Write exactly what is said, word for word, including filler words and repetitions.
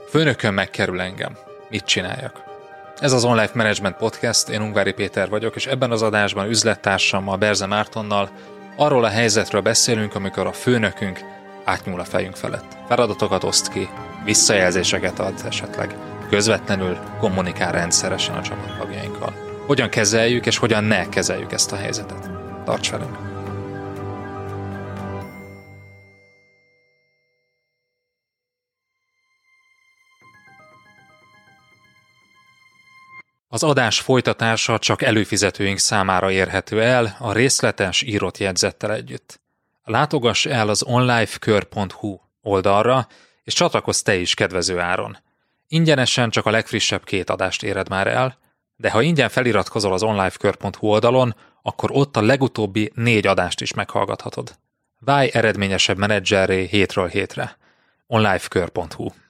Főnökön megkerül engem. Mit csináljak? Ez az Online Management Podcast, én Ungvári Péter vagyok, és ebben az adásban üzlettársammal, Berze Mártonnal arról a helyzetről beszélünk, amikor a főnökünk átnyúl a fejünk felett. Feladatokat oszt ki, visszajelzéseket ad esetleg, közvetlenül kommunikál rendszeresen a csapattagjainkkal. Hogyan kezeljük és hogyan ne kezeljük ezt a helyzetet? Tarts velünk! Az adás folytatása csak előfizetőink számára érhető el a részletes írott jegyzettel együtt. Látogass el az onlifekör pont hu oldalra, és csatlakozz te is kedvező áron. Ingyenesen csak a legfrissebb két adást éred már el, de ha ingyen feliratkozol az onlifekör pont hu oldalon, akkor ott a legutóbbi négy adást is meghallgathatod. Válj eredményesebb menedzserré hétről hétre. onlifekör pont hu